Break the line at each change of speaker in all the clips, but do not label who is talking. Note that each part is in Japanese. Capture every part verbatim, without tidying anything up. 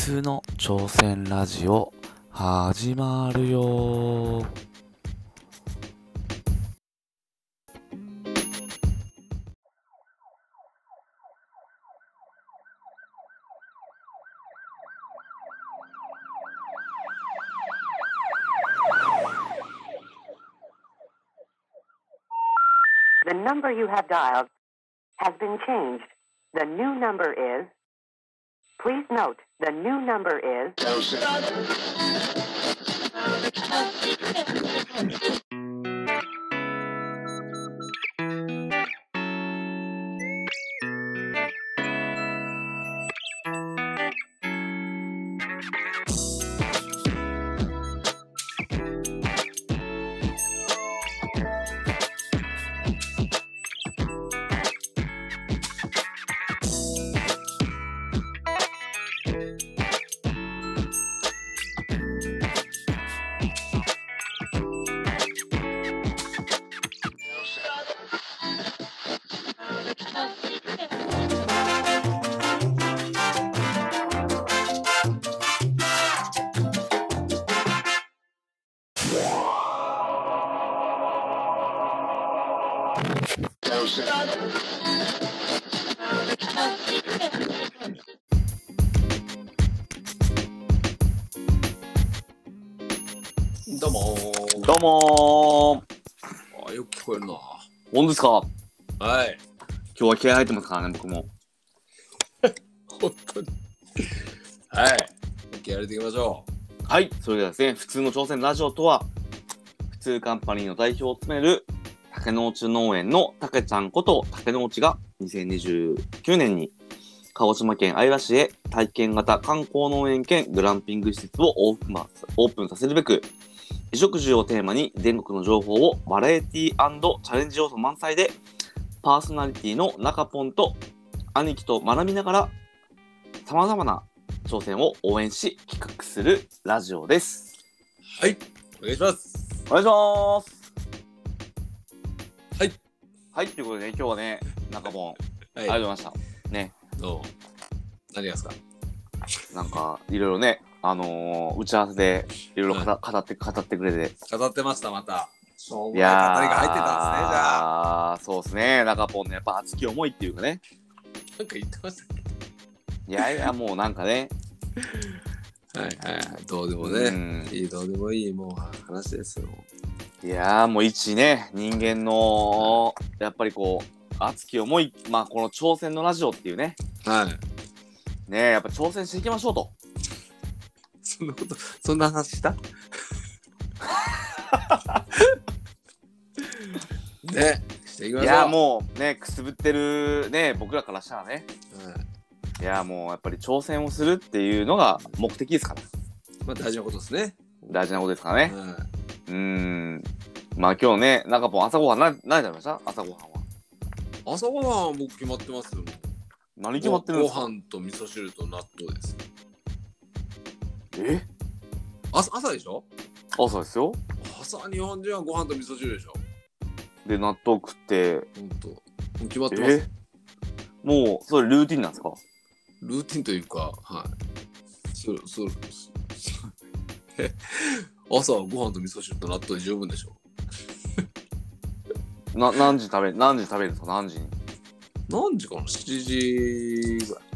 通の挑戦ラジオ始まるよ。
The number you have dialed has been changed. The new number is... Please note, the new number is...
どうもー。
どうも
あ、よく聞こえるな。
ー。本当ですか？
はい。
今日は気合入ってますからね、僕も。
本当に。はい。OK、やれていきましょ
はい、それではですね、普通の挑戦ラジオとは、普通カンパニーの代表を務める竹之内農園の竹ちゃんこと竹之内がにせんにじゅうきゅうねんに鹿児島県姶良市へ体験型観光農園兼グランピング施設をオープンオープンさせるべく、衣食住をテーマに全国の情報をバラエティー&チャレンジ要素満載で、パーソナリティの中ポンと兄貴と学びながら様々な挑戦を応援し企画するラジオです。
う。はい。お願いします。
お願いします。
はい。
はい、ということでね、今日はね、中ポン、
はい。
ありがとうございました。ね、
どうも。何がですか？
なんかいろいろね、あのー、打ち合わせでいろいろ語って語ってくれて、
語ってました、また。しょう
い
もない
やー、
語りが入ってたんですね、じゃあ。
そうですね、中ポンのやっぱ熱き思いっていうかね、
なんか言ってましたっ
いやいや、もうなんかね、
け？はいはいはい。どうでも
う
ね。
ん、
いい、どうでもいい、もう話ですよ。
いやーもう一ね、人間のやっぱりこう熱き思い、まあこの挑戦のラジオっていうね、
はい。
ね、やっぱ挑戦していきましょうと。
そんなこと、そんな話したね、していきましょう。
いやもうね、くすぶってるね、僕らからしたらね、
はい。
いやもうやっぱり挑戦をするっていうのが目的ですから、
まあ大事なことですね。
大事なことですからね。
はい。
うーん、まあ今日ね、中ポン朝ごはん何何食べました？朝ごはんは
朝ごはん僕決まってますよ。
何決まってるんですか？
ご飯と味噌汁と納豆です。
え？
朝朝でしょ？
朝ですよ。
朝日本人はご飯と味噌汁でしょ？
で納豆食って、
ほんと。もう決まってます。
え？もうそれルーティンなんですか？
ルーティンというか、はい。そそそえ朝はご飯と味噌汁と納豆で十分でしょ？
な何時食べ何時食べるんですか？何時に？
何時かな？しちじぐらい。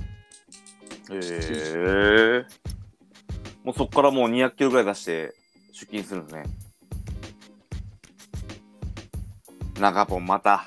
へえ。もうそっからもうにひゃくキロぐらい出して出勤するんですね。中ポンまた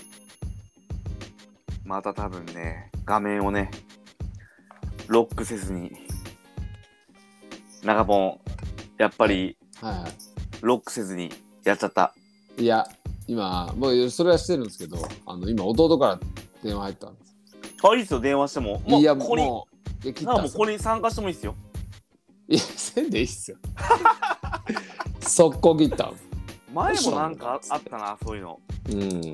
また多分ね、画面をねロックせずに、中ポンやっぱり
はいは
ロックせずにやっちゃった。
い。いや、今、もうそれはしてるんですけど、あの今、弟から電話入ったんです。
あ、いいっすよ、電話しても。もう
いや、
ここに、
もう、いや切っ
なんかもう
たんですよ。
ここに参加してもいいっすよ。
いや、せんでいいっすよ。速攻切った。
前もなんかあったな、そういうの。
うん。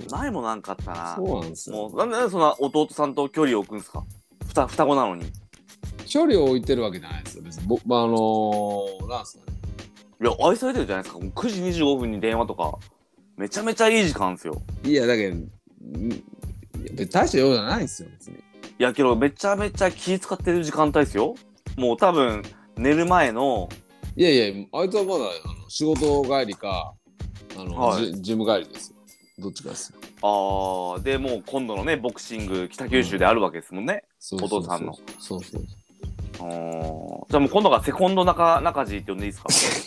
前もなんかあったな。
そうなんですよ。
もうなんでそんな弟さんと距離を置くんですか？ふた双子なのに。
距離を置いてるわけじゃないですよ。別に、ぼまあ、あのー、なんすかね。
いや、愛されてるじゃないですか。もうくじにじゅうごふんに電話とか。めちゃめちゃいい時間ですよ。
いや、だけど、んいや別に大した用じゃないんですよ、別に。
いやけどめちゃめちゃ気使ってる時間帯ですよ。 もう多分寝る前の
いやいや、あいつはまだあの仕事帰りかあの、
はい
ジ、ジム帰りですよ。どっちかですよ。
あーでもう今度のねボクシング北九州であるわけですもんね、
そうそうそう
お父さんの。
そうそう。
あーじゃあもう今度がセコンド中中地って呼んでいいですか？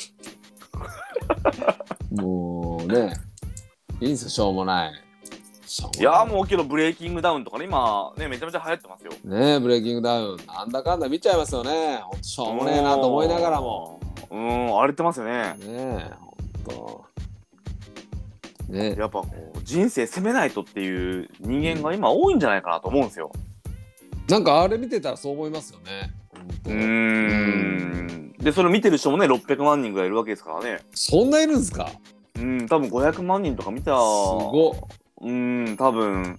もうね、いいんすよ、しょうもない。しょうもない
いやーもうけどブレイキングダウンとかね今ねめちゃめちゃ流行ってますよ。
ねえ、ブレイキングダウン、なんだかんだ見ちゃいますよね。ほんとしょうもねえなと思いながらも。
うーん荒れてますよね。
ねえ、ほんと。ねえ、
やっぱこう人生責めないとっていう人間が今多いんじゃないかなと思うんですよ。
なんかあれ見てたらそう思いますよね。ほんと
うーんでそれ見てる人もねろっぴゃくまんにんぐらいいるわけですからね。
そんないるんすか？
うん多分ごひゃくまんにんとか見た。
すごっ。
うーん多分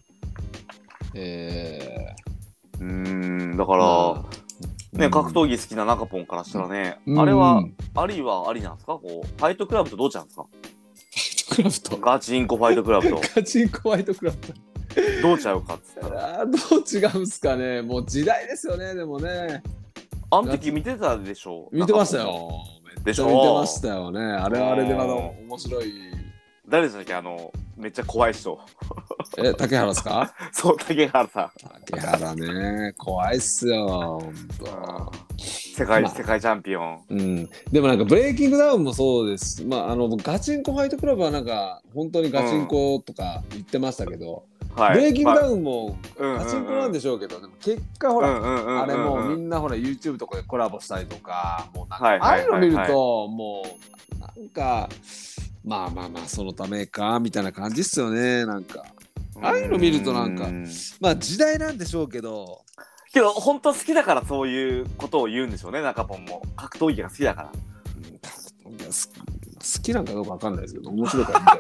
え
うーんだか
ー、
ら、
まあ
ね、格闘技好きな中ポンからしたらね、
うん
あれは
うん
ありはありなんですか？こうファイトクラブとどうちゃうんですか？
クラフト。
ガチンコファイトクラブと
ガチンコファイトクラフト。
どうちゃうかっつったら。
あーどう違うんすかね。もう時代ですよね、でもね。
あの時見てたでしょ？
見てましたよ。め
でしょ
っちゃ見てましたよね。あれはあれでまだ面白い。
誰でしたっけあのめっちゃ怖い人。
え、竹原ですか？
そう竹原さん。
竹原ね、怖いっすよ。ほんと。
世界、
まあ
世界チャンピオン。
うん、でもなんかブレイキングダウンもそうです。まああのガチンコファイトクラブはなんか本当にガチンコとか言ってましたけど、
はい。
ブレイキングダ
ン、
ウンも
まあ
ガチンコなんでしょうけど、でも結果ほら、
うんうんうんうん、
あれもうみ
ん
んなほら YouTube とかでコラボしたりとか、もうなんか、
はい
ああ
はいいうはいはい
の見るともうなんかまあまあまあそのためかみたいな感じっすよね。なんかああいうの見るとなんかまあ時代なんでしょうけど。
けど本当好きだからそういうことを言うんでしょうね中ポンも格闘技が好きだから
いやす好きなんかどうかわかんないですけど面白い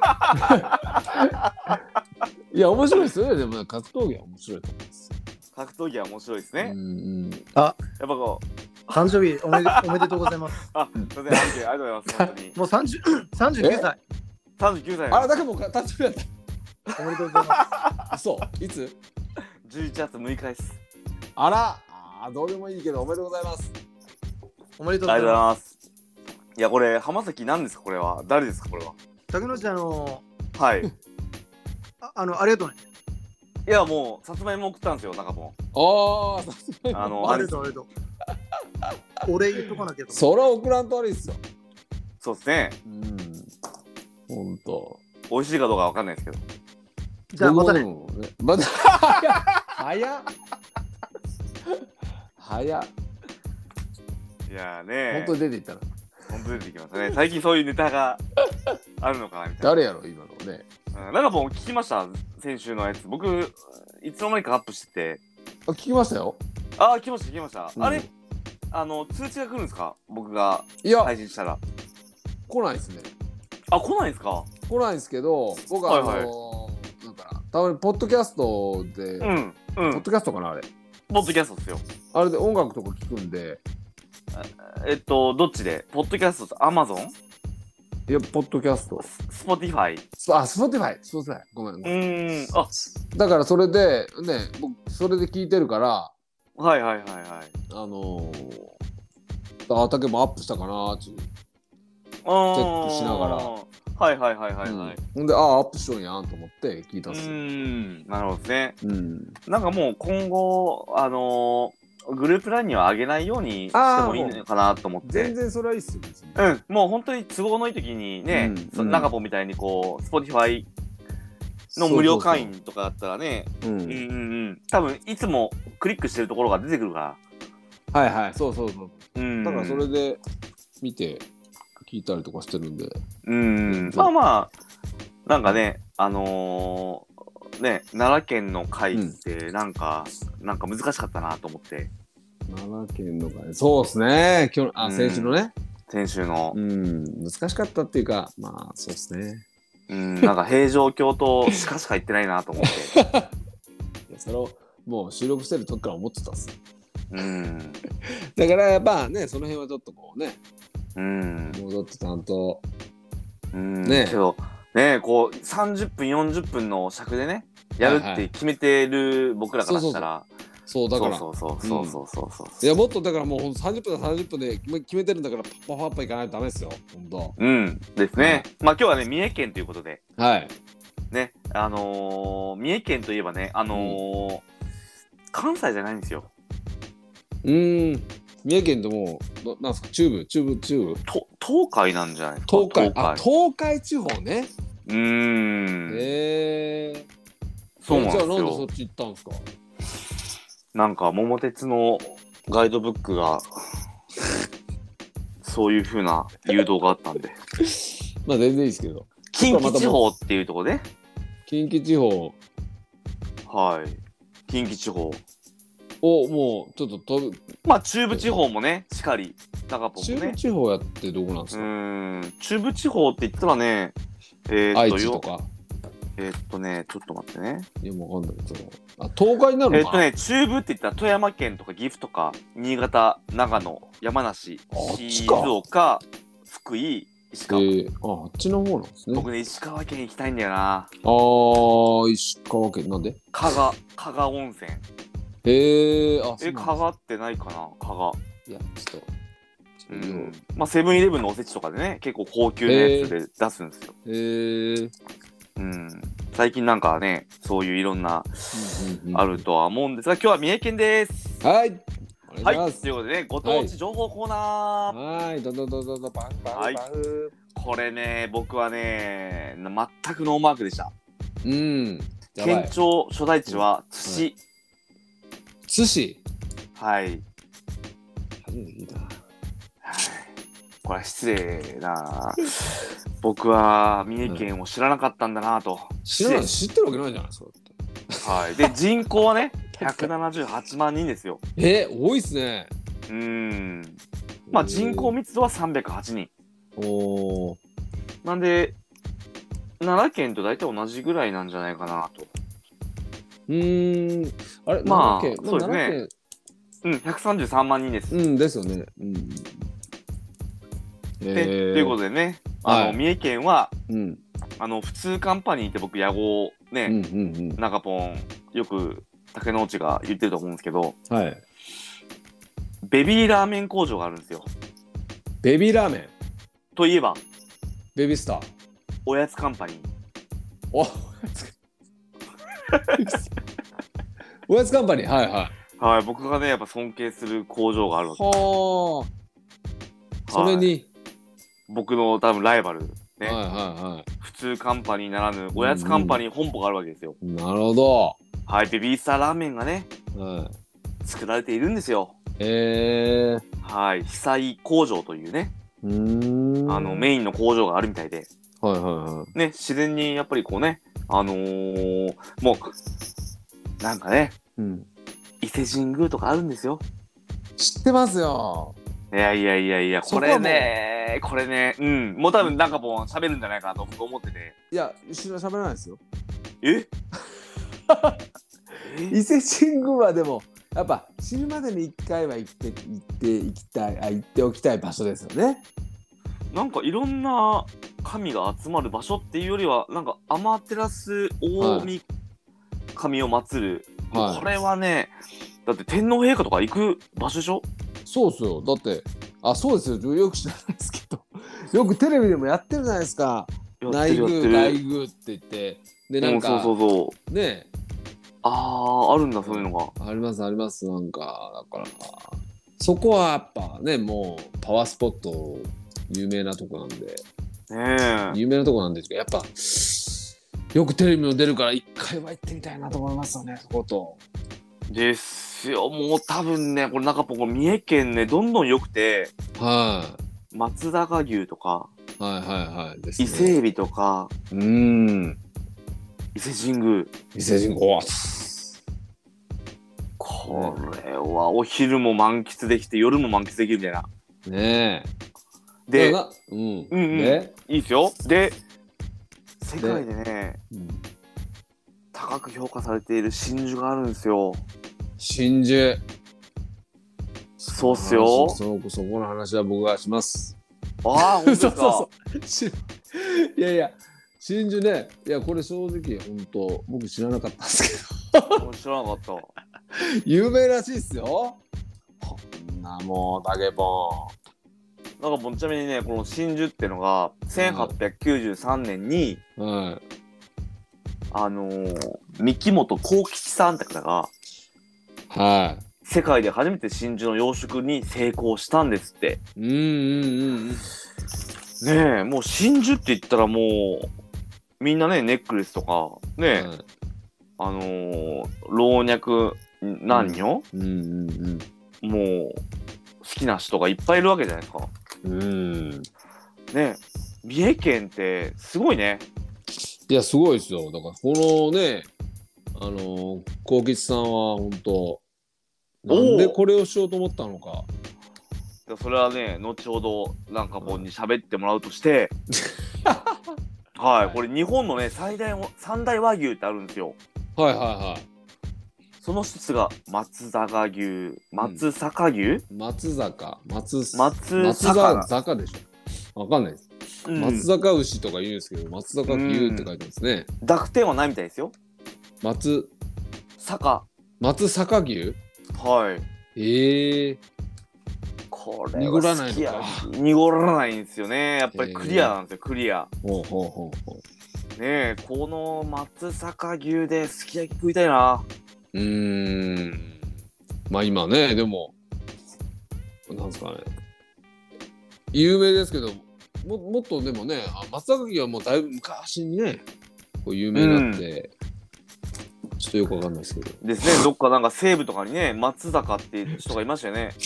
から見ていや面白いですよね。でも格闘技は面白いと思います。
格闘技は面白いですね、
うんうん、
やっぱこう
誕生日おめでおめでとうございます。
あすいませんありがとうございます本当に
もう三十三十九歳。
さんじゅうきゅうさい
あれだけもう誕生日やっ
おめでとうございま
た。そういつ
じゅういちがつむいかです
あらあどうでもいいけどおめでとうございます。
す。おめでとう
ありがとうござい
ございま
ますいやこれ浜崎何ですかこれは誰ですかこれは
す。竹野内あの
はいい
ああのありがとうね。
やもうさつまいも送ったんですよ中ポン
ああさすがに
あの
ありがとうありがとう。お礼言っとかなきゃと思
そら送らんと悪いっすよ。
そうですね
うんほんと
美味しいかどうかわかんないですけど
う。じゃあまたね。
僕もねまた早っ早っ
いやーね
本当に出ていったな。
本当出てきましたね最近そういうネタがあるのかなみたいな
誰やろ今のね。
うんなんかもう聞きました先週のやつ僕いつの間にかアップしてて
あ聞きましたよ。
ああ来ました来ました、
うん
あれあの通知が来るんですか僕が
いや
配信したら
来ないですね。
あ来ないんですか
来ないんですけど僕はあのー
はいはい
なんかなたまにポッドキャストで、
うんうん
ポッドキャストかなあれ
ポッドキャストですよ
あれで音楽とか聞くんで
えっとどっちでポッドキャストとアマゾン
いやポッドキャスト
スポティファイ
スあスポティファイスポティファイごめんご
う
めん
ーんあ
だからそれでね僕それで聞いてるから
はいはいはいはい
あのー、あたけもアップしたかなーって
チェ
ックしながら
はいはいはいはいはい、
うんほんでああアップしようやんと思って聞いたん
う
ですよ。
ーんなるほどですね
うん
なんかもう今後あのー、グループラインには上げないようにしてもいいのかなと思って
全然それはいいっすよ別に。
うんもう本当に都合のいい時にね、
うん
その中ポンみたいにこう Spotify の無料会員とかだったらね
そうそうそううん
うんうんうん多分いつもクリックしてるところが出てくるか
はいはいそうそうそう
らうん
だからそれで見て聞いたりとかしてるんで
うんまあまあなんかねあのー、ね奈良県の会ってなんか、うん、なんか難しかったなと思って
奈良県の会そうですね今日あ、
うん
先週のね
先週の
うん難しかったっていうかまあそうですね
うんなんか平城京としかしか言ってないなと思って
いやそれをもう収録してる時から思ってたっす
うん
だからやっぱねその辺はちょっとこうね
うん
もうちょっとちゃんと
うん
ね
けどねこうさんじゅっぷんよんじゅっぷんの尺でねやるって決めてる僕らからしたら
そうだから
そうそうそうそうそうそう、
いやもっとだからもうほんとさんじゅっぷんださんじゅっぷんで決め決めてるんだからパッパッパッパいかないとダメですよほんと。
うんですね、まあ今日はね三重県ということで
はい
ね、あのー、三重県といえばね、あのーうん、関西じゃないんですよ。
うーん、三重県ともうなんすか中部中部中部
と東海なんじゃないですか。
東海、あ、東海地方ね。
うーん。
へえ。
そうなんですよ。
じゃあなんでそっち行ったんですか。
なんか桃鉄のガイドブックがそういう風な誘導があったんで。
まあ全然いいですけど。
近畿地方っていうところで。
近畿地方。
はい。近畿地方。
をもうちょっと飛ぶ。
まあ中部地方もね、しかり。長ポンもね。
中部地方やってどこなんですか。
うーん。中部地方って言ったらね、えー、っと
愛知とか。
えー、っとね、ちょっと待ってね。
いやもうわかんないけど。あ、東海になるのかな。
えー、っとね、中部って言ったら富山県とか岐阜とか新潟、長野、山梨、静岡、福井、石川。え
ー、あ、あっちの方なんですね。
僕ね、石川県行きたいんだよな。
あー、石川県なんで？
加賀、加賀温泉。
へえー、あ、
え、加賀ってないかな、加賀。
いや、ちょっと。
うん、まあセブンイレブンのおせちとかでね結構高級なやつで出すんですよ。
へえー、
うん、最近なんかねそういういろんなあるとは思うんですが今日は三重県です。
はい
はいということでねご当地情報コーナー
はいどんどんどんどんどんバンバンバン、はい、
これね僕はね全くノーマークでした。
うん
県庁所在地は津市。
津市
はい
初めて聞いた。
これは失礼な僕は三重県を知らなかったんだなと、
うん、知らない知ってるわけないじゃないですか。
はいで人口はねひゃくななじゅうはちまんにんですよ。
えー、多いっすね。
うーんまあ人口密度はさんびゃくはちにん。
おー
なんで奈良県と大体同じぐらいなんじゃないかなと。
うーんあれ
まあ
奈良県
そうですねうんひゃくさんじゅうさんまんにんです。
うんですよね。うん
で、えー、ということでね、あの、はい、三重県は、
うん、
あの普通カンパニーって僕野号ね、うんうんうん、中ポンよく竹之内が言ってると思うんですけど、
はい、
ベビーラーメン工場があるんですよ。
ベビーラーメン
といえば
ベビースター
おやつカンパニー。
おおやつカンパニーはいはい
はい僕がねやっぱ尊敬する工場があるわけ。
はあそれに、はい
僕の多分ライバルね、
はいはいはい、
普通カンパニーならぬおやつカンパニー本舗があるわけですよ。
うんうん、なるほど。
はいベビースターラーメンがね、
はい、
作られているんですよ。
へえー、
はい久井工場というね
うーん
あのメインの工場があるみたいで、
はいはいはい
ね自然にやっぱりこうねあのー、もうなんかね、うん、伊勢神宮とかあるんですよ。
知ってますよ。
いやいやいやいやこれねこれねうんもう多分なんかもう喋るんじゃないかなと僕思ってて。
いや一緒に喋らないですよ。
え
伊勢神宮はでもやっぱ死ぬまでに一回は行って行って行きたいあ行っておきたい場所ですよね。
なんかいろんな神が集まる場所っていうよりはなんかアマテラス大神神を祀る、はい、これはねだって天皇陛下とか行く場所でしょ。
そうっすよ。だってあそうですよよく知らないですけどよくテレビでもやってるじゃないですか。内宮外宮って言ってでなんか、
うん、そうそうそう
ね
あーあるんだそういうのが。
ありますありますなんかだからそこはやっぱねもうパワースポット有名なとこなんで
ね
有名なとこなんですけどやっぱよくテレビも出るから一回は行ってみたいなと思いますよねそこと。
ですよもう多分ねこれなんかこう三重県ねどんどん良くて、
はい、
松坂牛とか、
はいはいはいです、ね、
伊勢海老とか
うーん
伊勢神宮
伊勢神宮
これはお昼も満喫できて夜も満喫できるみたいな
ねえ
で、
うん
うんうん、でいいですよ。で世界でね、うん、高く評価されている真珠があるんですよ。
真珠
そうっすよ。
そこそこの話は僕がします。
ああ本当ですか。
そうそうそういやいや真珠ねいやこれ正直本当僕知らなかったんですけど
知らなかった
有名らしいっすよ。こんなもうダゲボ
なんかもうちなみにね、この真珠っていうのがせんはっぴゃくきゅうじゅうさんねんに、
ン。はい。
あのー、三木本幸吉さんって方が
は
世界で初めて真珠の養殖に成功したんですって。
い。うんうんうん。
ねえ、もう真珠って言ったらもうみんなね、ネックレスとかね、
はい、
あのー、老若男女、
うんうんうん。
もう好きな人がいっぱいいるわけじゃないですか。
うん。
ねえ、三重県ってすごいね。
いや、すごいですよ。だから、このね、あのー、幸吉さんは本当、なんでこれをしようと思ったのか。
それはね、後ほどなんか本に喋ってもらうとして、はい、これ日本のね、最大の三大和牛ってあるんですよ。
はいはいはい。
その一つが松坂牛、松阪牛、
うん、松坂、松
松
松
坂
坂でしょ。わかんないです。うん、松坂牛とか言うんですけど、松坂牛って書いてあるんですね。
濁点はないみたいですよ。
松
坂。
松坂牛？
はい。
ええー。
これ
濁らないのか。
濁らないんですよね。やっぱりクリアなんですよ、クリア。
ほうほうほうほう。
ねえ、この松阪牛ですき焼き食いたいな。
うーん。まあ今ね、でも、なんですかね。有名ですけど、も, もっとでもね、松阪牛はもうだいぶ昔にね、こう有名になって、うん、ちょっとよくわかんないですけど。
ですね、どっかなんか西部とかにね、松坂っていう人がいましたよね。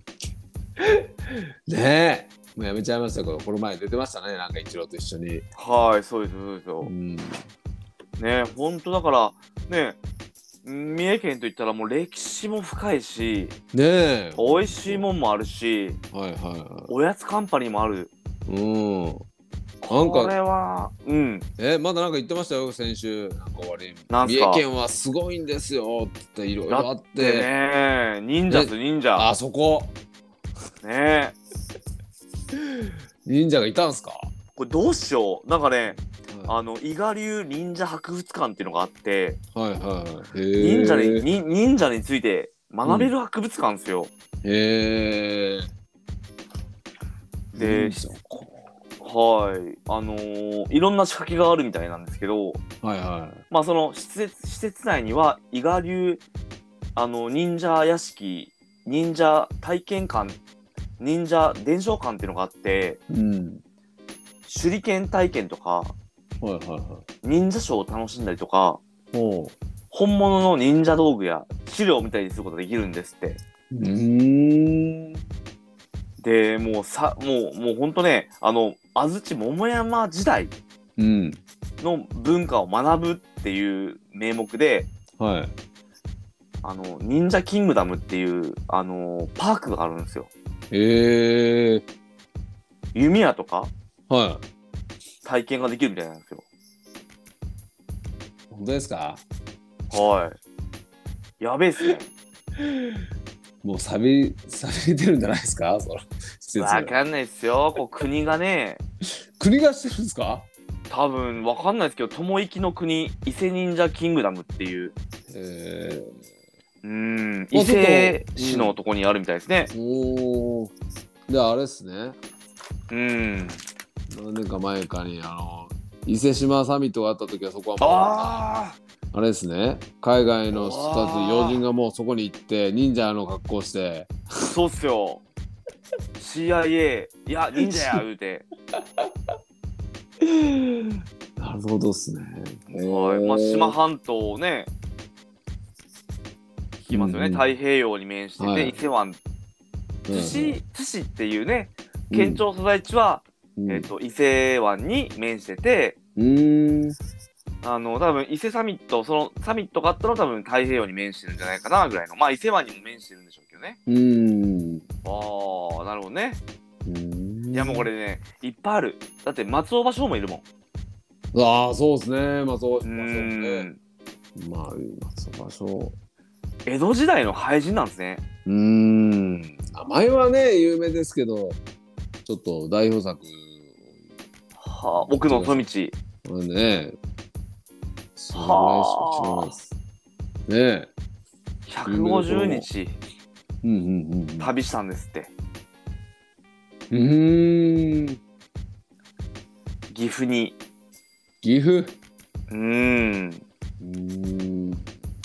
ねえ、もうやめちゃいましたけど、この前出てましたね、なんか一郎と一緒に。
はい、そうです、そうですよ。うん、ねえ、ほんとだから、ねえ、三重県といったらもう歴史も深いし、
ねえ、
美味しいもんもあるし、
はいはいはい、
おやつカンパニーもある。
うん。なんか
これは、うん。
え、まだなんか言ってましたよ、先週。なんか終わり。
なんすか？
三重県はすごいんですよっていろいろあって。
だってね、忍者っす、忍者。
あそこ。
ねえ。
忍者がいたんすか？
これどうしよう。なんかね、はい、あの伊賀流忍者博物館っていうのがあって、
はいはい。
忍者にに忍者について学べる博物館ですよ。
うん、へえ。
で、はい、あのー、いろんな仕掛けがあるみたいなんですけど、
はいはい。
まあその施設施設内には伊賀流あの忍者屋敷、忍者体験館、忍者伝承館っていうのがあって、うん、手裏剣体験とか、
はいはいはい、
忍者ショーを楽しんだりとか、本物の忍者道具や資料を見たりすることができるんですって。うーん。でもうさもうもうほんとね、あの安土桃山時代の文化を学ぶっていう名目で、うん、はい、あの忍者キングダムっていうあのパークがあるんですよ。へえ。弓矢とか、はい、体験ができるみたいなんですよ。
本当ですか？
はい。やべえっすね。
もう錆び錆びてるんじゃないですか？その施設。
わかんないっすよ。こう国がね。
国がしてるんですか？
多分わかんないですけど、友行の国伊勢忍者キングダムっていう。へえ。うん、伊勢市のとこにあるみたいですね。
うん、おお。であれですね。
うん。
何年か前かにあの伊勢志摩サミットがあった時はそこはまだああれですね。海外の人たち要人がもうそこに行って忍者の格好して。
そうっすよ。シーアイエー いや忍者や言うて。
なるほどっすね。
はい。まあ志摩半島をね。聞きますよね、うん、太平洋に面してて、はい、伊勢湾、津市、津市っていうね、県庁所在地は、うん、えーと、伊勢湾に面してて、うん、あの多分伊勢サミット、そのサミットがあったのは多分太平洋に面してるんじゃないかなぐらいの、まあ伊勢湾にも面してるんでしょうけどね。うん。ああ、なるほどね。うん。いやもうこれね、いっぱいある。だって松尾芭蕉もいるも
ん。ああ、そうですね、松尾芭蕉ね。まあ松尾芭蕉。
江戸時代の俳人なんですね。
うーん。名前はね有名ですけど、ちょっと代表作。
はあ、奥の細道。
これね。それぐらいしか知らないです。ねえ。
ひゃくごじゅうにち
うんうんうんうん。
旅したんですって。
うーん。
岐阜に。
岐阜。
うーん。
うーん。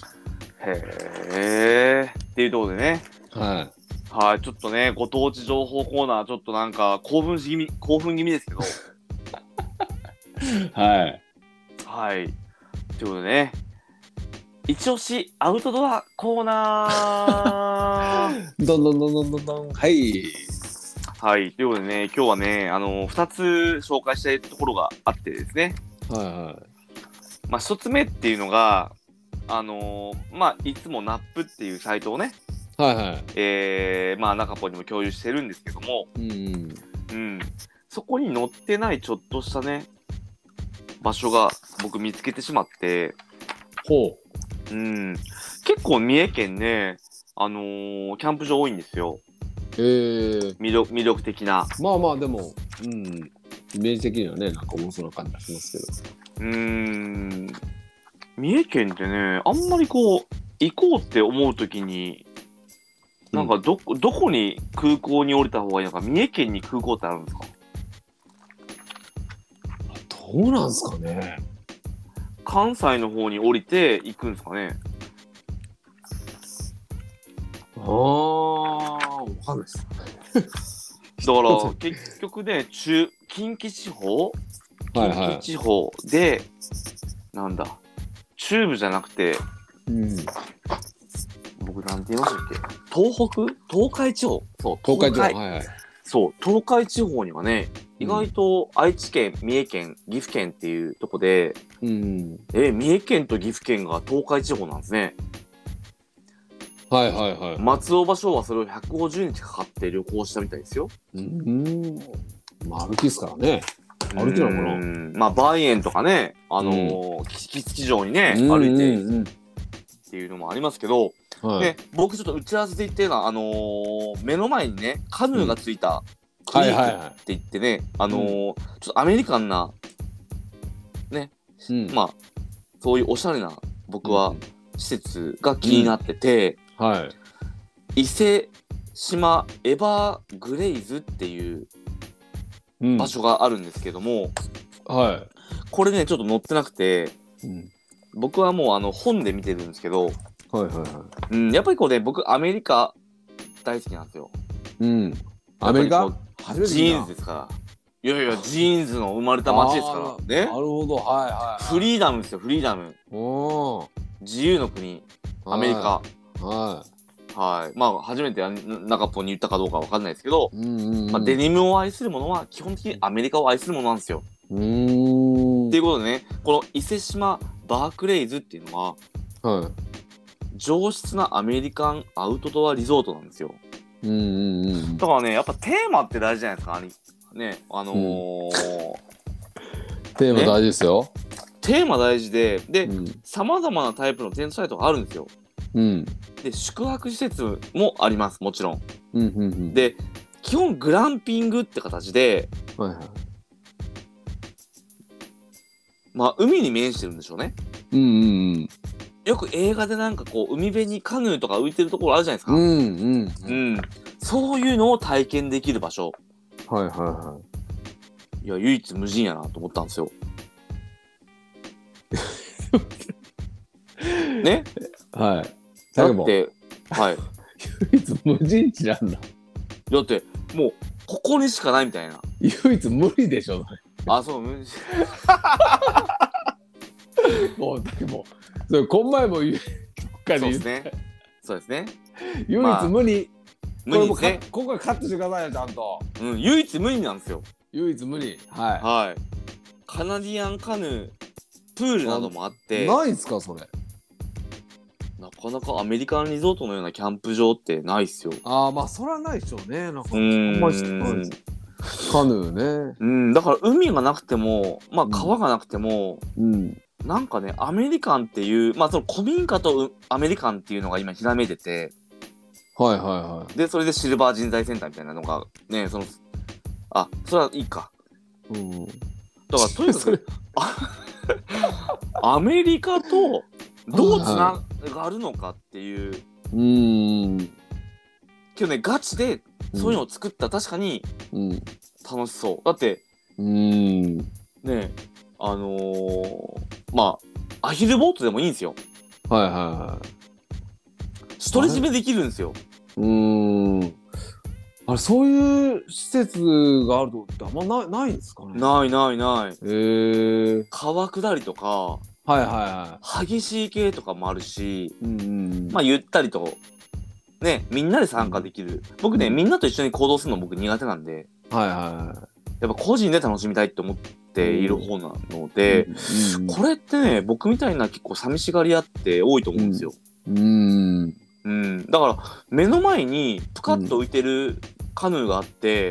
へー。っていうところでね。
は
はい、ちょっとね、ご当地情報コーナー、ちょっとなんか興奮し気味、興奮気味ですけど。
い。はい。
はい。ということでね、一押しアウトドアコーナー。
どんどんどんどんどんどん。はい。
はい。ということでね、今日はね、あのー、ふたつ紹介したいところがあってですね。
はいは
まあ、ひとつめっていうのが、あのー、まあ、いつもナップっていうサイトをね、
い。はいはい。
えー、まあ、中ポにも共有してるんですけども、
うん。
うん。そこに載ってないちょっとしたね、場所が僕見つけてしまって、
ほ
うん。結構三重県ね、あのー、キャンプ場多いんですよ。
う。えー。
魅力、魅力的な。
まあまあでも、うん。イメージ的にはね、なんか面白い感じがします
うーん。三重県ってね、あんまりこう、行こうって思うときに、なんかど、どこに空港に降りた方がいいのか、三重県に空港ってあるんですか？
けど。どうなんすかね。
関西の方に降りて行くんですかね？
ああ、わかんないです。
だから結局ね、中近畿地方、近
はいはい
畿地方で、なんだ、中部じゃなくて、
うん。
僕なんて言いましたっけ？東北？東海地方。そう、
東海地方。はいはい。
そう、東海地方にはね、意外と愛知県、三重県、岐阜県っていうとこで、
うん。
え、三重県と岐阜県が東海地方なんですね。
はいはいはい。
松尾芭蕉はそれをひゃくごじゅうにちかかって旅行したみたいですよ。
うん。まあ歩きっすからね。歩きなのかな。
うん。まあ、梅園とかね、あのー、キキツキ城にね、
うん
歩いて
うんうん
っていうのもありますけど、
はい。
で、僕ちょっと打ち合わせで言ってるのは、あのー、目の前にね、カヌーがついたクリークって言ってね、あのー、ちょっとアメリカンな、ね、
うん。
まあ、そういうおしゃれな、僕は施設が気になってて、
はい。
伊勢島エバーグレイズっていう
うん
場所があるんですけども、
は
これね、ちょっと載ってなくて、
い。うん。
僕はもうあの本で見てるんですけど、
はいはいは
うん、やっぱりこうね、僕アメリカ大好きなんですよ。
い。うん。アメリカ
やっぱりこう
初めて
ジーン
聞いた
ズですから。いやいや、ジーンズの生まれた街ですから
あー
ね。
なるほど。はいはいはい。
フリーダムですよ、フリーダム。
おー。
自由の国、アメリカ。
は
はい。まあ、初めて中ポンに言ったかどうかわかんないですけど、
い。うんうんうん。
まあ、デニムを愛する者は基本的にアメリカを愛する者なんですよ。
うーん。
っていうことでね、この伊勢島バークレイズっていうのは、
は
上質なアメリカンアウトドアリゾートなんですよ。
い。うんうんうん。
だからね、やっぱテーマって大事じゃないですか。あれね、あのー
テーマ大事ですよ。
テーマ大事で、で、
うん。
様々なタイプのテントサイトがあるんですよ。
うん。
で、宿泊施設もあります、もちろん。
うんうんうん。
で、基本グランピングって形で、
はいはい。
まあ、海に面してるんでしょうね。
うんうん
よく映画でなんかこう、海辺にカヌーとか浮いてるところあるじゃないですか。
うん。うんうん。
うん。そういうのを体験できる場所。
はいはいはい
や、唯一無二やなと思ったんですよ。ね。
い。はい。
だ
だも
って、はい。
唯一無人地なんだ。
だって、もう、ここにしかないみたいな。
唯一無理でしょ。
あ、そう、無二。
もう、だけど、それ、こん前も言う、どっかで言う
そうですね。そうですね。
唯一無二。
無二ですね。
これもかここはカットしてくださいよ、ちゃんと。
うん、唯一無二なんですよ。
唯一無二。は
はい。カナディアンカヌー、プールなどもあっ
い。
て、
ないんすか、それ。
なかなかアメリカンリゾートのようなキャンプ場ってないっすよ。
ああ、まあ、それはないでしょうね。なんか、
うーん
あんまり知らないですカヌーね。
うん、だから海がなくても、まあ川がなくても、
うん。
なんかね、アメリカンっていう、まあその古民家とうアメリカンっていうのが今ひらめいてて、
はいはいは
で、それでシルバー人材センターみたいなのが、ね、その、あ、それはいいか。
い。うん。
だからとにか
それ
く、あアメリカとどうつながるのかっていう
うーん。
けどね、ガチでそういうのを作ったら確かに
うん。
楽しそう。だって、
うーん。
ね、あのー、まあ、アヒルボートでもいいんですよ。
はいはいはい。
独り占めできるんですよ。
うーん。あれ、そういう施設があるとこってあんまない、ないんですかね。
ないないない。
へえー。
川下りとか、
はいはいは
激しい系とかもあるし、
い。うんうん。
まあ、ゆったりと、ね、みんなで参加できる。僕ね、みんなと一緒に行動するの僕苦手なんで、
はいはいは
やっぱ個人で楽しみたいって思っている方なので、
い。うん
これってね、僕みたいな結構寂しがり屋って多いと思うんですよ。
うーん。
うん。だから、目の前にプカッと浮いてるカヌーがあって、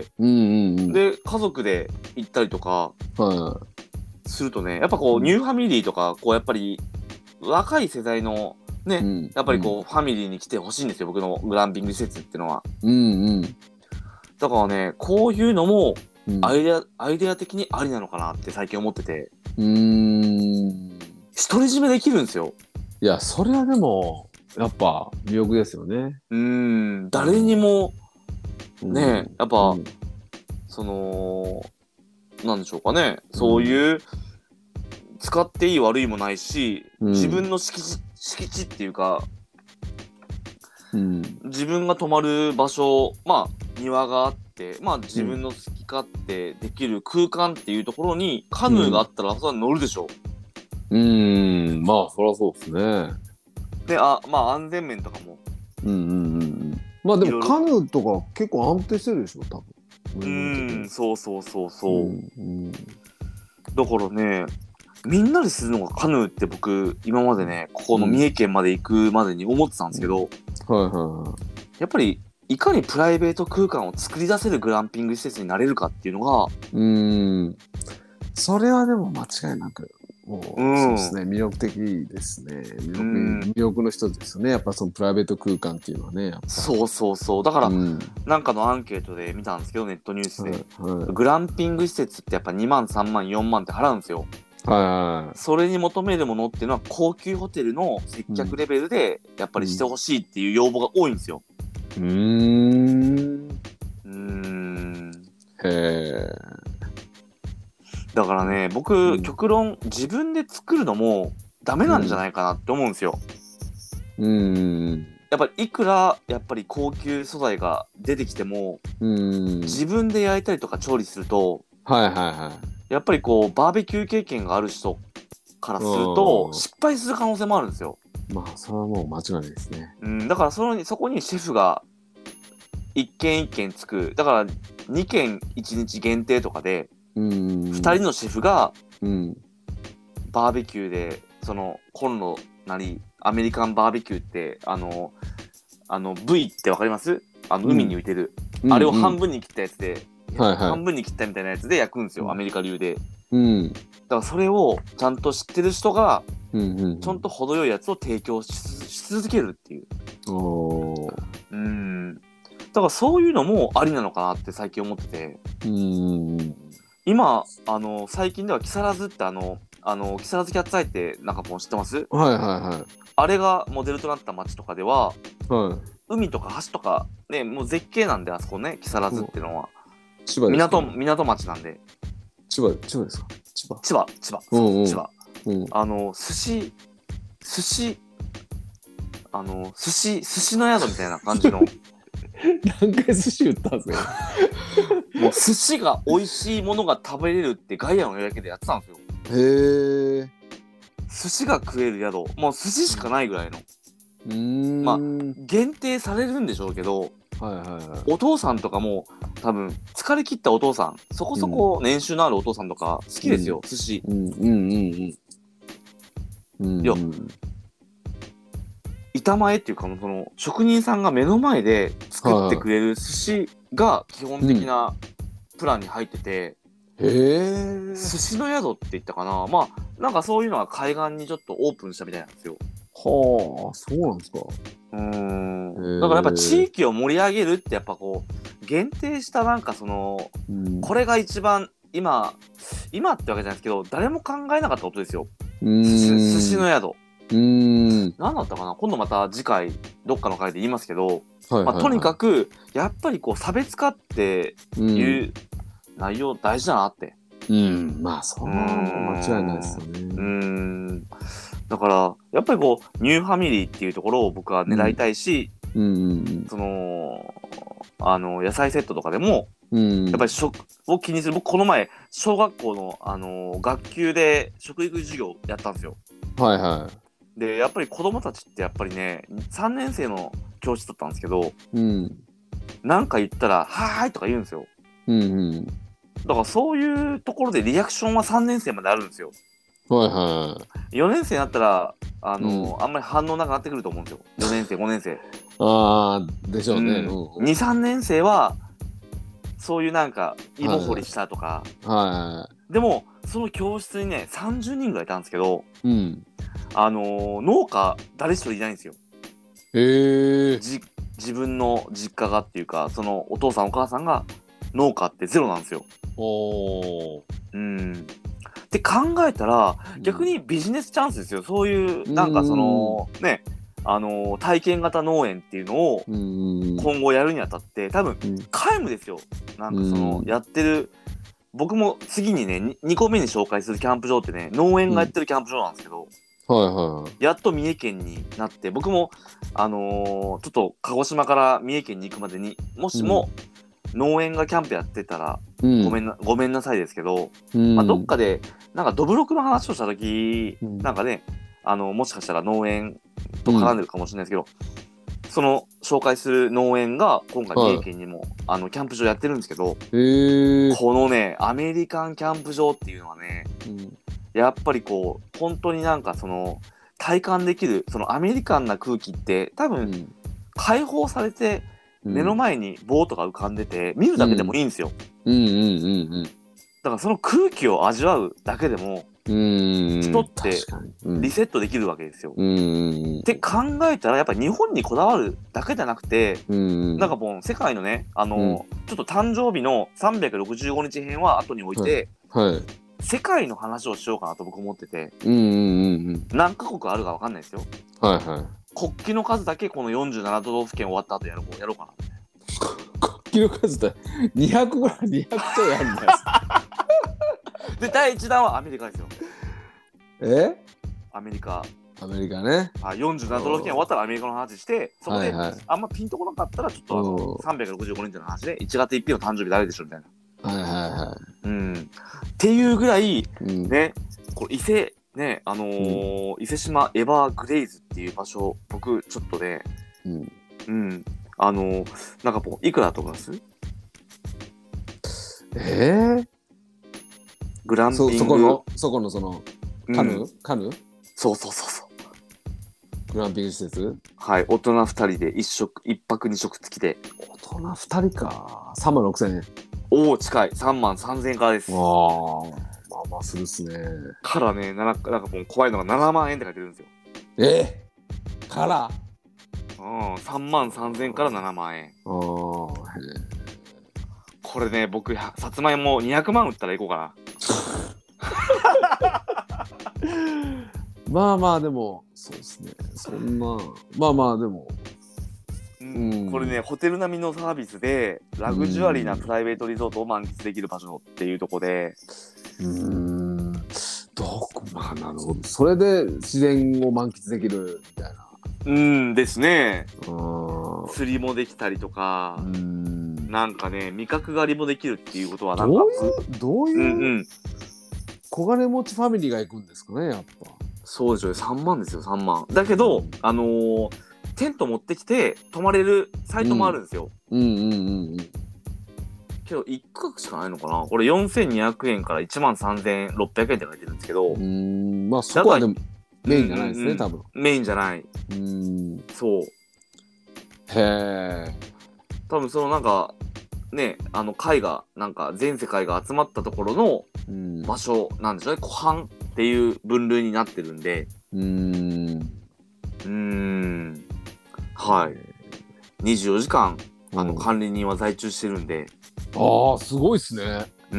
うんうんうん。
で、家族で行ったりとか
は
するとね、やっぱこう、
うん
ニューファミリーとか、こう、やっぱり、若い世代のね、
い。うん。
やっぱりこう、ファミリーに来てほしいんですよ、僕のグランピング施設ってのは。
うんうん。
だからね、こういうのも、
うん。
アイデア、アイデア的にありなのかなって最近思ってて、
うーん。
独り占めできるんですよ。
いや、それはでも、やっぱ魅力ですよね。
うーん、誰にも、ね、やっぱ、
うん
その、なんでしょうかね、そういう、使っていい悪いもないし、
うん
自分の敷地、敷地っていうか、
うん。
自分が泊まる場所、まあ、庭があって、まあ、自分の好き勝手できる空間っていうところに、カヌーがあったら、それは乗るでしょ
うーん。まあ、そりゃそうですね。
う。で、あ、まあ、安全面とかも。
うんうんうんうん。まあでも
いろいろ
カヌーとか結構安定してるでしょ、多分。
うーん、そうそうそうそう。
うんうん。
だからね、みんなでするのがカヌーって僕、今までね、ここの三重県まで行くまでに思ってたんですけど、
はいはいはい。
やっぱり、いかにプライベート空間を作り出せるグランピング施設になれるかっていうのが、
うーん。それはでも間違いなく、もう、
うん
そうですね、魅力的ですね。魅力、
うん
魅力の一つですよね。やっぱそのプライベート空間っていうのはね、やっぱ。
そうそうそう。だから、
うん。
なんかのアンケートで見たんですけど、ネットニュースで。
はいはい
グランピング施設ってやっぱにまん、さんまん、よんまんって払うんですよ。
は
それに求めるものっていうのは高級ホテルの接客レベルでやっぱりしてほしいっていう要望が多いんですよ。
い。うーん。
うーん。
へえ。
だからね、僕、
うん
極論自分で作るのもダメなんじゃないかなって思うんですよ。
うーん。
やっぱりいくらやっぱり高級素材が出てきても、
うーん。
自分で焼いたりとか調理すると、
はいはいは
やっぱりこうバーベキュー経験がある人からすると
うん
失敗する可能性もあるんですよ。
い。まあ、それはもう間違いないですね。
うん、だからそのそこにシェフが一軒一軒つく。だからにけんいちにち限定とかで
うーん。
ふたりのシェフが
うん。
バーベキューでそのコンロなりアメリカンバーベキューってあのあの ブイ ってわかります？あの海に浮いてる、
うん
あれを半分に切ったやつで、
はいはい
半分に切ったみたいなやつで焼くんですよ、
うん
アメリカ流で。
うん。
だからそれをちゃんと知ってる人が
うんうん。
ちゃんと程よいやつを提供しし続けるっていう。
おー。
うん。だからそういうのもありなのかなって最近思ってて。
うーん。
今、あの、最近では木更津ってあの、あの、木更津キャッツアイってなんかもう知ってます？
はいは
あれがモデルとなった街とかでは、
いはい。はい。
海とか橋とか、ね、もう絶景なんで、あそこね、木更津っていうのは。
千葉ですか？
港、港町なんで。
千葉、千葉ですか？千葉。
千葉、千葉、
うんうん
千葉。
うん。
あの、寿司、寿司、あの、寿司、寿司の宿みたいな感じの、
何回寿司言ったんですか？
もう寿司が美味しいものが食べれるってガイアの夜明けでやってたんですよ。
へえ。
寿司が食える宿、もう寿司しかないぐらいの。
うーん。
まあ
はい
限定されるんでしょうけど、
はいはい。
お父さんとかも多分疲れ切ったお父さん、そこそこ年収のあるお父さんとか好きですよ、寿司。
うんうんうんうん。うん。
いや板前っていうか、その職人さんが目の前で作ってくれる寿司が基本的なプランに入ってて、
へえ。
寿司の宿って言ったかな、まあなんかそういうのが海岸にちょっとオープンしたみたいなんですよ。
はあ、そうなんですか。
うーん
へー
だからやっぱ地域を盛り上げるってやっぱこう限定したなんかその
うん。
これが一番今今ってわけじゃないですけど誰も考えなかったことですよ。
うーん。
寿司寿司の宿。
うーん。
何だったかな、今度また次回どっかの回で言いますけど、
はいはいはい、
まあ、とにかくやっぱりこう差別化っていう内容大事だなって。
うん、うん、まあそれは間違いないですよね。
うーん、だからやっぱりこうニューファミリーっていうところを僕は狙いたいし、
うんうんうん、
そのあの野菜セットとかでも、
うん、
やっぱり食を気にする。僕この前小学校の、あの学級で食育授業やったんですよ。
はいはい。
でやっぱり子供たちってやっぱりねさんねん生の教室だったんですけど、
うん、
なんか言ったら「はーい」とか言うんですよ。
うんうん、
だからそういうところでリアクションはさんねん生まであるんですよ。
はいは
よねん生になったらあの、
うん、
あんまり反応なくなってくると思うんですよ。よねん生ごねん生。
ああでしょうね。
うん、にさんねん生はそういうなんか芋掘りしたとか、
はいはい、
でもその教室にねさんじゅうにんぐらいいたんですけど、
うん、
あのー農家誰一人いないんですよ。
へえ。
じ自分の実家がっていうか、そのお父さんお母さんが農家ってゼロなんですよ。
おー。
うんって考えたら逆にビジネスチャンスですよ。そういうなんかそのね、あのー体験型農園っていうのを今後やるにあたって多分皆無ですよ。なんかそのやってる、僕も次にね に, にこめに紹介するキャンプ場ってね農園がやってるキャンプ場なんですけど、
はいはい、
やっと三重県になって、僕もあのー、ちょっと鹿児島から三重県に行くまでにもしも農園がキャンプやってたら、うん、ごめんなごめんなさいですけど、うん、まあ、どっかでなんかどぶろくの話をした時、うん、なんかねあのもしかしたら農園と絡んでるかもしれないですけど、うん、その紹介する農園が今回三重県にも、はい、あのキャンプ場やってるんですけど、このねアメリカンキャンプ場っていうのはね、うん、やっぱりこう本当になんかその体感できるそのアメリカンな空気って多分、うん、解放されて目の前にボートが浮かんでて見るだけでもいいんですよ。だからその空気を味わうだけでも人ってリセットできるわけですよ。って考えたらやっぱり日本にこだわるだけじゃなくて、なんかもう世界のねあの、うん、ちょっと誕生日のさんびゃくろくじゅうごにち編は後に置いて、はいはい、世界の話をしようかなと僕思ってて、何カ国あるか分かんないですよ。はいはい、国旗の数だけこのよんじゅうなな都道府県終わった後やろうやろうかな。
国旗の数ってにひゃくぐらいにひゃくちょいあるんです
でだいいちだんはアメリカですよ。えアメリカ。
アメリカね。
あよんじゅうなな都道府県終わったらアメリカの話して、そこで、はいはい、あんまピンとこなかったらちょっとあのさんびゃくろくじゅうごにちの話でいちがつついたちの誕生日誰でしょみたいな。はいはいはい。うん。っていうぐらい、うん、ねこれ伊勢ねあのーうん、伊勢志摩エバーグレイズっていう場所僕ちょっとね、うん、うん、あのー、なんかもういくらだと思います？
えー、
グランピング
そ, そこのそこのそのカヌー、うん、カヌー
そうそうそうそう
グランピング施設
はい大人ふたりでいっ食いっぱくに食付きで
大人ふたりかさんまんろくせんえん
おお近いさんまんさんぜんえんからです。あ
あまあまあするっすね。
からねなんかなんかもう怖いのがななまんえんって書いてるんですよ。
えー、から
うんさんまんさんぜんえんからななまんえん。あこれね僕さつまいもにひゃくまん売ったらいこうかな。
まあまあでもそうですねそんなまあまあでも、
うん、これねホテル並みのサービスでラグジュアリーなプライベートリゾートを満喫できる場所っていうところで
うーんどこまあなるほどそれで自然を満喫できるみたいな
うんですね。釣りもできたりとかうんなんかね味覚狩りもできるっていうことはなんか
どういうどういう、うんうん、小金持ちファミリーが行くんですかねやっぱ。
そうでしょうさんまんですよさんまんだけど、うん、あのー、テント持ってきて泊まれるサイトもあるんですよ。うんうんうんうんけどいっかくしかないのかなこれよんせんにひゃくえんからいちまんさんぜんろっぴゃくえんって書いてるんですけど
うんまあそこはでもメインじゃないですね、うんうん、多分
メインじゃないうんそうへえ多分そのなんかねあの会がなんか全世界が集まったところの場所なんでしょうね、湖畔っていう分類になってるんでうーんうーんはいにじゅうよじかんあの管理人は在中してるんで
ああすごいっすねうー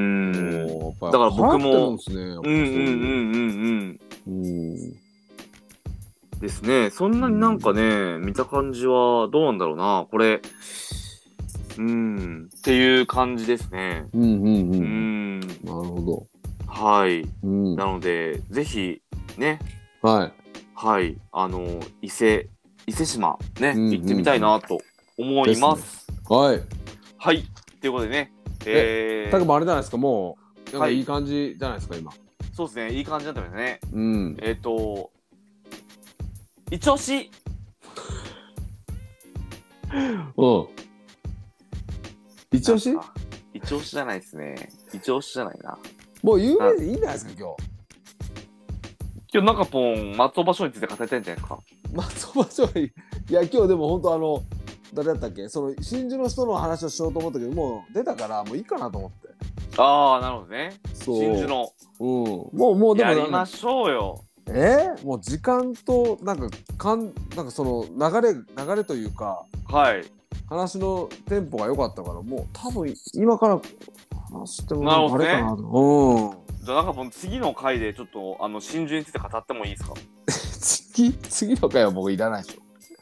んだから僕もうんうんうんうんうんですね。そんなになんかね、見た感じはどうなんだろうな。これ、うーん、っていう感じですね。
うんうんう。
うんん。
なるほ
はい。
ど。うん。
なので、ぜひ、ね、
はい。
はい、あの、伊勢、伊勢島、ね、
うんうんうん
行ってみたいなと思います。
はい。
はい。ということでね、えー、
たくもあれじゃないですか、もう、なんか
はい
いい感じじゃないですか、今。
そうですね、いい感じだったですね。
うん。
えっ、と、一押し、
うん。一押し
なんか一押しじゃないですね。一押しじゃないな。
もう有名でいいんじゃないですか、今日。
今日中ポン、松尾芭蕉について語りたいんじゃないですか。
松尾芭蕉いや、今日でも本当あの、誰だったっけ、その真珠の人の話をしようと思ったけど、もう出たからもういいかなと思って。
ああ、なるほどね。
そう。
真珠の。
うん。もう、もうでも
や
なんか
りましょうよ。
えー、もう時間となんかかんなんかその流れ流れというか
はい。
話のテンポが良かったからもう多分今から話してもなんかあれかなと。うん。
じゃあ中ポン、次の回でちょっと、あの、真珠について語ってもいいですか。
次次の回は僕いらないでし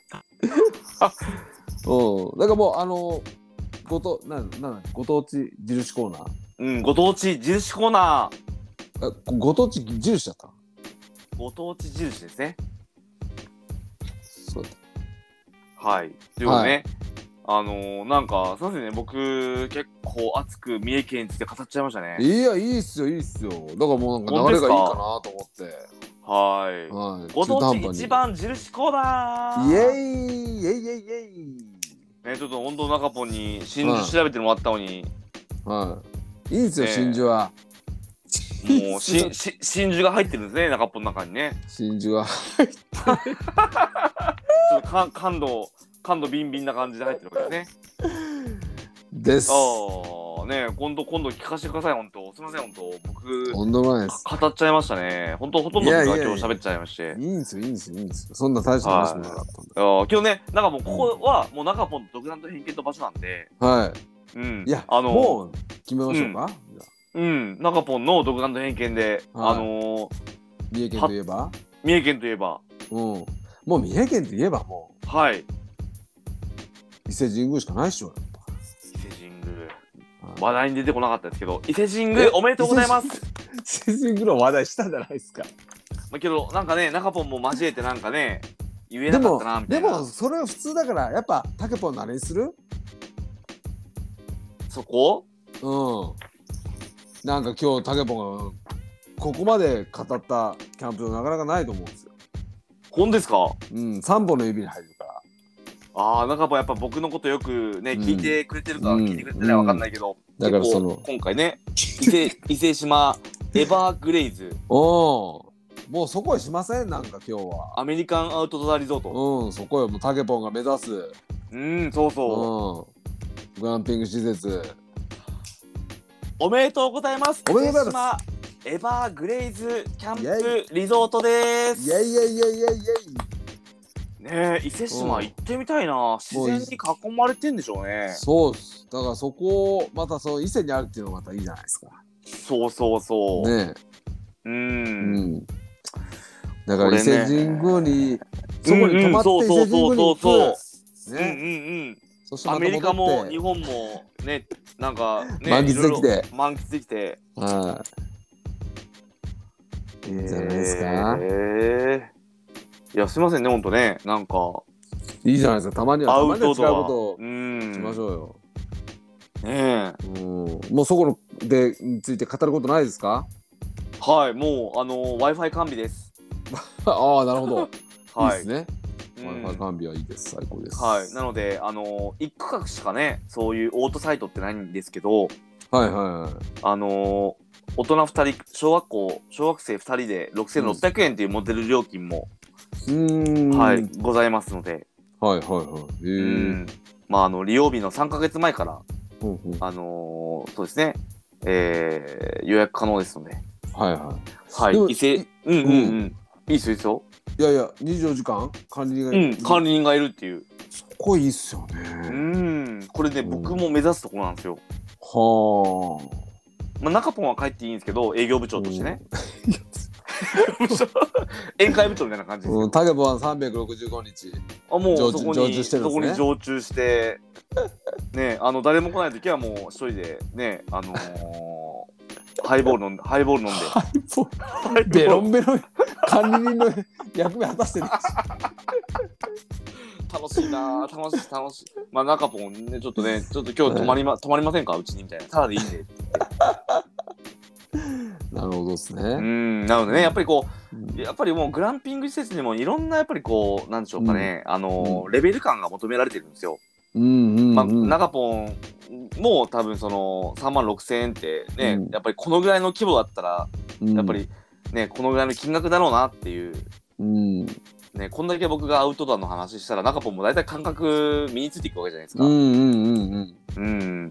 ょ。うん。だからもうあのごとなんなんご当地印コーナー。
うん、ご当地印コーナー。
あご当地印だった。
ご当地印ですね。
そうだ。
はい。ということでね、あのー、なんか、すいませんね、僕、結構熱く三重県について語っちゃいましたね。
いやいいっすよいいっすよ。だからもうなんか流れがいいかなと思って。
はい。
はい。
ご当地一番印コーナー。
イエイイエイイエイイエイ。
ね、ちょっと本当中ポンに真珠調べてもらったのに、
はい。いいんですよ、
ねえ
真珠は。
もうしし真珠が入ってるんですね、中ポンの中にね。
真珠は。
ちょっとか感度感度ビンビンな感じで入ってるわけですね。
です。
ああね、今度今度聞かせてください。本当すみません、本当僕
とんでもないです。
語っちゃいましたね。本当ほとんど僕が
いやいやいや
今日喋っちゃいまして。
いいんですよ、いいんですよ、いいんですよ。そんな大した話もなかったんで。
あー今日ね、なんかもうここはもう中ポンと独断と偏見の場所なんで、
は
うん、
い。いや、
あの
もう決めましょうか。
うん、中ポンの独断と偏見で、
はい
あのー、
三重県といえば。
三重県といえば、
うん。もう三重県といえばも
はい、
う伊勢神宮しかないっしょ。
伊勢神宮。
はい
話題に出てこなかったですけど、伊勢神宮おめでとうございます。
伊勢神宮の話題したんじゃないですか。
まあけどなんかね、中ポンも交えてなんかね、言え
でも
なかったなみた
で
いな。
もそれは普通だからやっぱタケポンのあれにする？
そこ？
うん。なんか今日タケポンがここまで語ったキャンプ場なかなかないと思うんですよ。
本ですか？
うん、さんぼんの指に入るから。
ああ、中ポンやっぱ僕のことよくね、
うん
聞いてくれてるか
うん
聞いてくれてないかわかんないけど、
だから
結構
その
今回ね、伊勢伊勢島エバーグレイズ
おお、もうそこへしません？なんか今日は。
アメリカンアウトドアリゾート。
うん、そこへもうタケポンが目指す。
うん、そうそう。
うん。グランピング施設。
おめでとうございます。
おめでとうござい
ます。エバーグレイズキャンプリゾートです。
イエイイエイイエイイエイイエイ。
ねえ、伊勢島行ってみたいな。自然に囲まれてんでしょうね。
そうっす。だからそこをまたその伊勢にあるっていうのがまたいいじゃないですか。
そうそうそう。
ね
う。
え。うんん。だから伊勢神宮に、そこ
うんうん
に泊まって伊勢神宮に行く。
そうそうそううんうん
ね。
うん。
そしてまた
アメリカ
戻って
も日本もね、なんかね、
満喫できて
いろいろ満喫できて。
はい。いいんじゃないですか。
えーいや、すみませんね、ほんとね。なんか、
いいじゃないですか。たまには
ア
たまには違う
ウトドア。
ことを
うん。
しましょうよ。
ねえ。
うん。もうそこのでについて語ることないですか？
はい、もう、あの、Wi-Fi 完備です。
ああ、なるほど。いい
はい。
ですね。
うん
Wi-Fi 完備はいいです。最高です。
はい。なので、あの、一区画しかね、そういうオートサイトってないんですけど、
はいはいはい。
あの、大人ふたり、小学校、小学生ふたりでろくせんろっぴゃくえんというモデル料金も、
うーん。
はい、ございますので、
はいはいはい。へえ。
うんまあ、あの利用日のさんかげつまえから、
うんうん。
あのーそうですね、えー予約可能ですので、
はいは
は
でも
い、伊勢、
い
うんうんうん、いいっすよ、いいっすよ、
い。いやいや、にじゅうよじかん管理が
うん、管理人がいるっていう、
そこいいっすよ
う
ね。
ん、これね、
うん
僕も目指すところなんですよ。
はあ。
まあ、中ポンは帰っていいんですけど、営業部長としてね。 宴会部長みたいな感じですよ、
うん、タケポはさんびゃくろくじゅうごにち
あもう
常駐常
そこに
駐してるんですね
そこに常駐してねあの誰も来ない時はもう一人でねあのー、ハイボール飲んでハイボール飲んで
ハイボールベロンベロン管理人の役目果たしてる
楽しいなー楽しい楽しいまあ中ポンねちょっとねちょっと今日泊まりま、泊まりませんかうちにみたいなただでいいんで
なるほどですね。
うんなのでねやっぱりこう、
うん
やっぱりもうグランピング施設にもいろんなやっぱりこうなんでしょうかね、うん、あのー、レベル感が求められてるんですよ。
うんうんうん、
まあ、中ポンも多分そのさんまんろくせんえんってね、うん、やっぱりこのぐらいの規模だったら、うん、やっぱりねこのぐらいの金額だろうなっていう、
うん
ね、こんだけ僕がアウトドアの話したら中ポンも大体感覚身についていくわけじゃないですか。
うんうんうん
うん、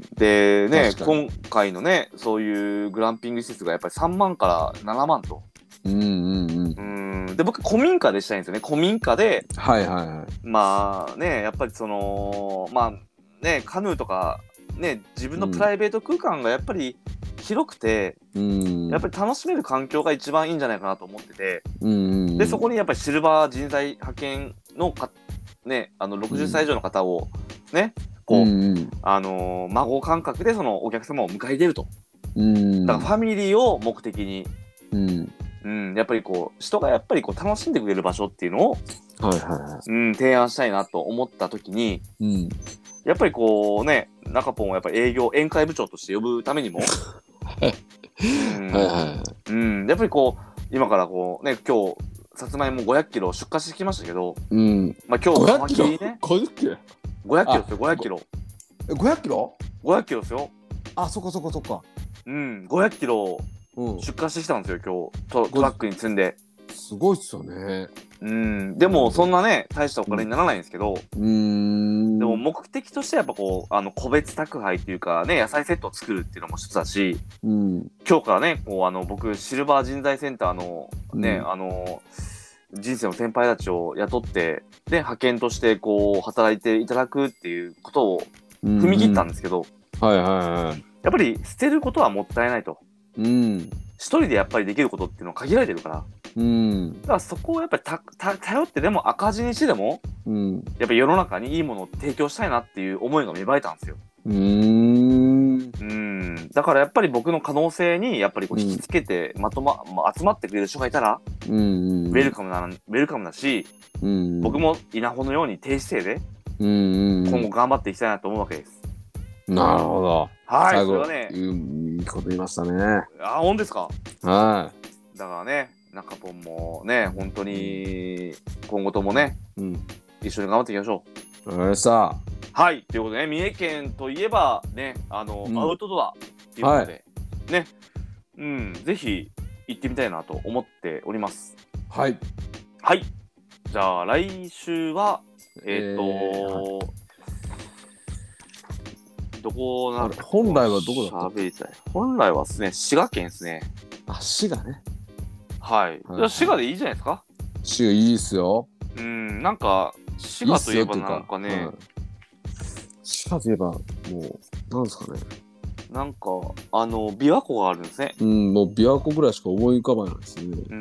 でね今回のねそういうグランピング施設がやっぱりさんまんからななまんと。
うんうんうん、
うんで僕古民家でしたいんですよね。古民家で、
はいはいはい、
まあねやっぱりそのまあねカヌーとかね自分のプライベート空間がやっぱり広くて、うん、やっぱり楽しめる環境が一番いいんじゃないかなと思ってて、うん、でそこにやっぱりシルバー人材派遣のかねあのろくじゅっさい以上の方をね、こう、うん、あのー、孫感覚でそのお客様を迎え入れると、うん、だからファミリーを目的に、うんうん、やっぱりこう人がやっぱりこう楽しんでくれる場所っていうのを、はいはいはいうん、提案したいなと思った時に、うん、やっぱりこうね中ポンをやっぱり営業宴会部長として呼ぶためにも、うんはいはいうん、やっぱりこう今からこうね今日さつまいもごひゃくキロ出荷してきましたけど、うんまあ、今日
ごひゃくキロごひゃくキロ
ごひゃくキロですよごひゃくキロ
ごひゃくキロ
ごひゃくキロですよ。
あそこそこそこ
うんごひゃくキロ出荷してきたんですよ今日トトラックに積んで。
すごいっすよね。
うんでもそんなね大したお金にならないんですけど、うん、でも目的としてはやっぱこうあの個別宅配っていうかね野菜セットを作るっていうのも一つだし、うん、今日からねこうあの僕シルバー人材センターのね、うん、あの人生の先輩たちを雇ってで派遣としてこう働いていただくっていうことを踏み切ったんですけど、うん、はいはいはいやっぱり捨てることはもったいないと。うん一人でやっぱりできることっていうのは限られてるから、うん、だからそこをやっぱりたた頼ってでも赤字にしてでも、うん、やっぱり世の中にいいものを提供したいなっていう思いが芽生えたんですよ。うーんうんだからやっぱり僕の可能性にやっぱりこう引きつけてまとま、まあ、集まってくれる人がいたら、うんうん、ウェルカムなウェルカムだし、うん、僕も稲穂のように低姿勢で、うんうん、今後頑張っていきたいなと思うわけです。
なるほど。
はい、
最後
それはね、
いいこと言いましたね。
あ、本ですか。
はい。
だからね、中ポンもね、本当に今後ともね、うん、一緒に頑張っていきましょ
う。わかりました。
はい、ということでね、三重県といえばね、あの、うん、アウトドアっていうことで、はい、ね、うん、ぜひ行ってみたいなと思っております。
はい。
はい。じゃあ来週はえっ、ー、と。えーどこな
本来はどこだった？
本来はですね、滋賀県ですね。
あ、滋賀ね。
はい。はいはい、滋賀でいいじゃないですか。
滋賀いいっすよ。
うん、なんか滋賀といえばなんかね、
はい、滋賀といえばもうなんですかね。
なんかあの琵琶湖があるんですね。
うん、もう琵琶湖ぐらいしか思い浮かばないですね。
うん。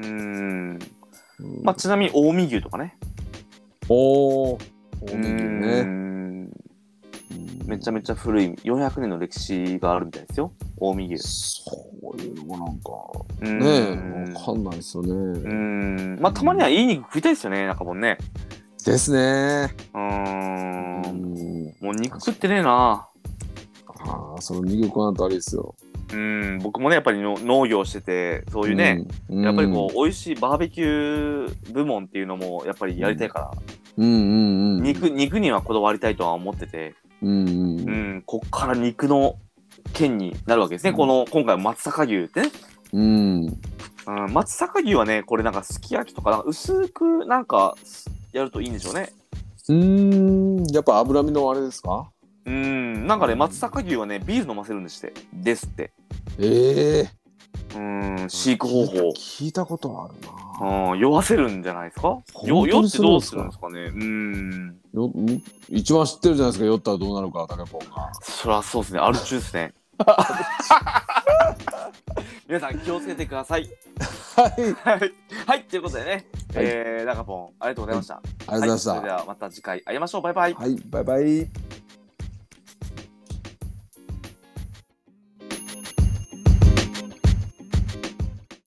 まあちなみに近江牛とかね。
おお。近江牛ね。
めちゃめちゃ古いよんひゃくねんの歴史があるみたいですよ、近江牛。
そういうのもなんかねえわかんないですよね。
うんまあたまにはいい肉食いたいですよねなんかもんね。
ですね。
うーんもう肉食ってねえな
ああその肉食わんとあれですよ。
うん僕もねやっぱりの農業しててそういうね、うん、やっぱりこう美味しいバーベキュー部門っていうのもやっぱりやりたいから、うんうんうんうん、肉肉にはこだわりたいとは思ってて。うんうんうん、こっから肉の県になるわけですね、うん、この今回松阪牛ってね、うんうん、松阪牛はねこれなんかすき焼きとかなんか薄くなんかやるといいんでしょうね。
うーんやっぱ脂身のあれですか。
うんなんかね松阪牛はねビール飲ませるんですってですって
ええ
ー、うん飼育方法
聞いたことあるな。
うん、酔わせるんじゃないですか。酔ってどうするんですかね。うん
よ一番知ってるじゃないですか酔ったらどうなるかタケポンが。
そりゃそうですねアル中ですね皆さん気をつけてください。
はい。
はいはいということでね、
はい
えー、中ポンありがとうございました。
ありがとうございました。
はい、それではまた次回会いましょう。バイバイ。
はい、バイバイ。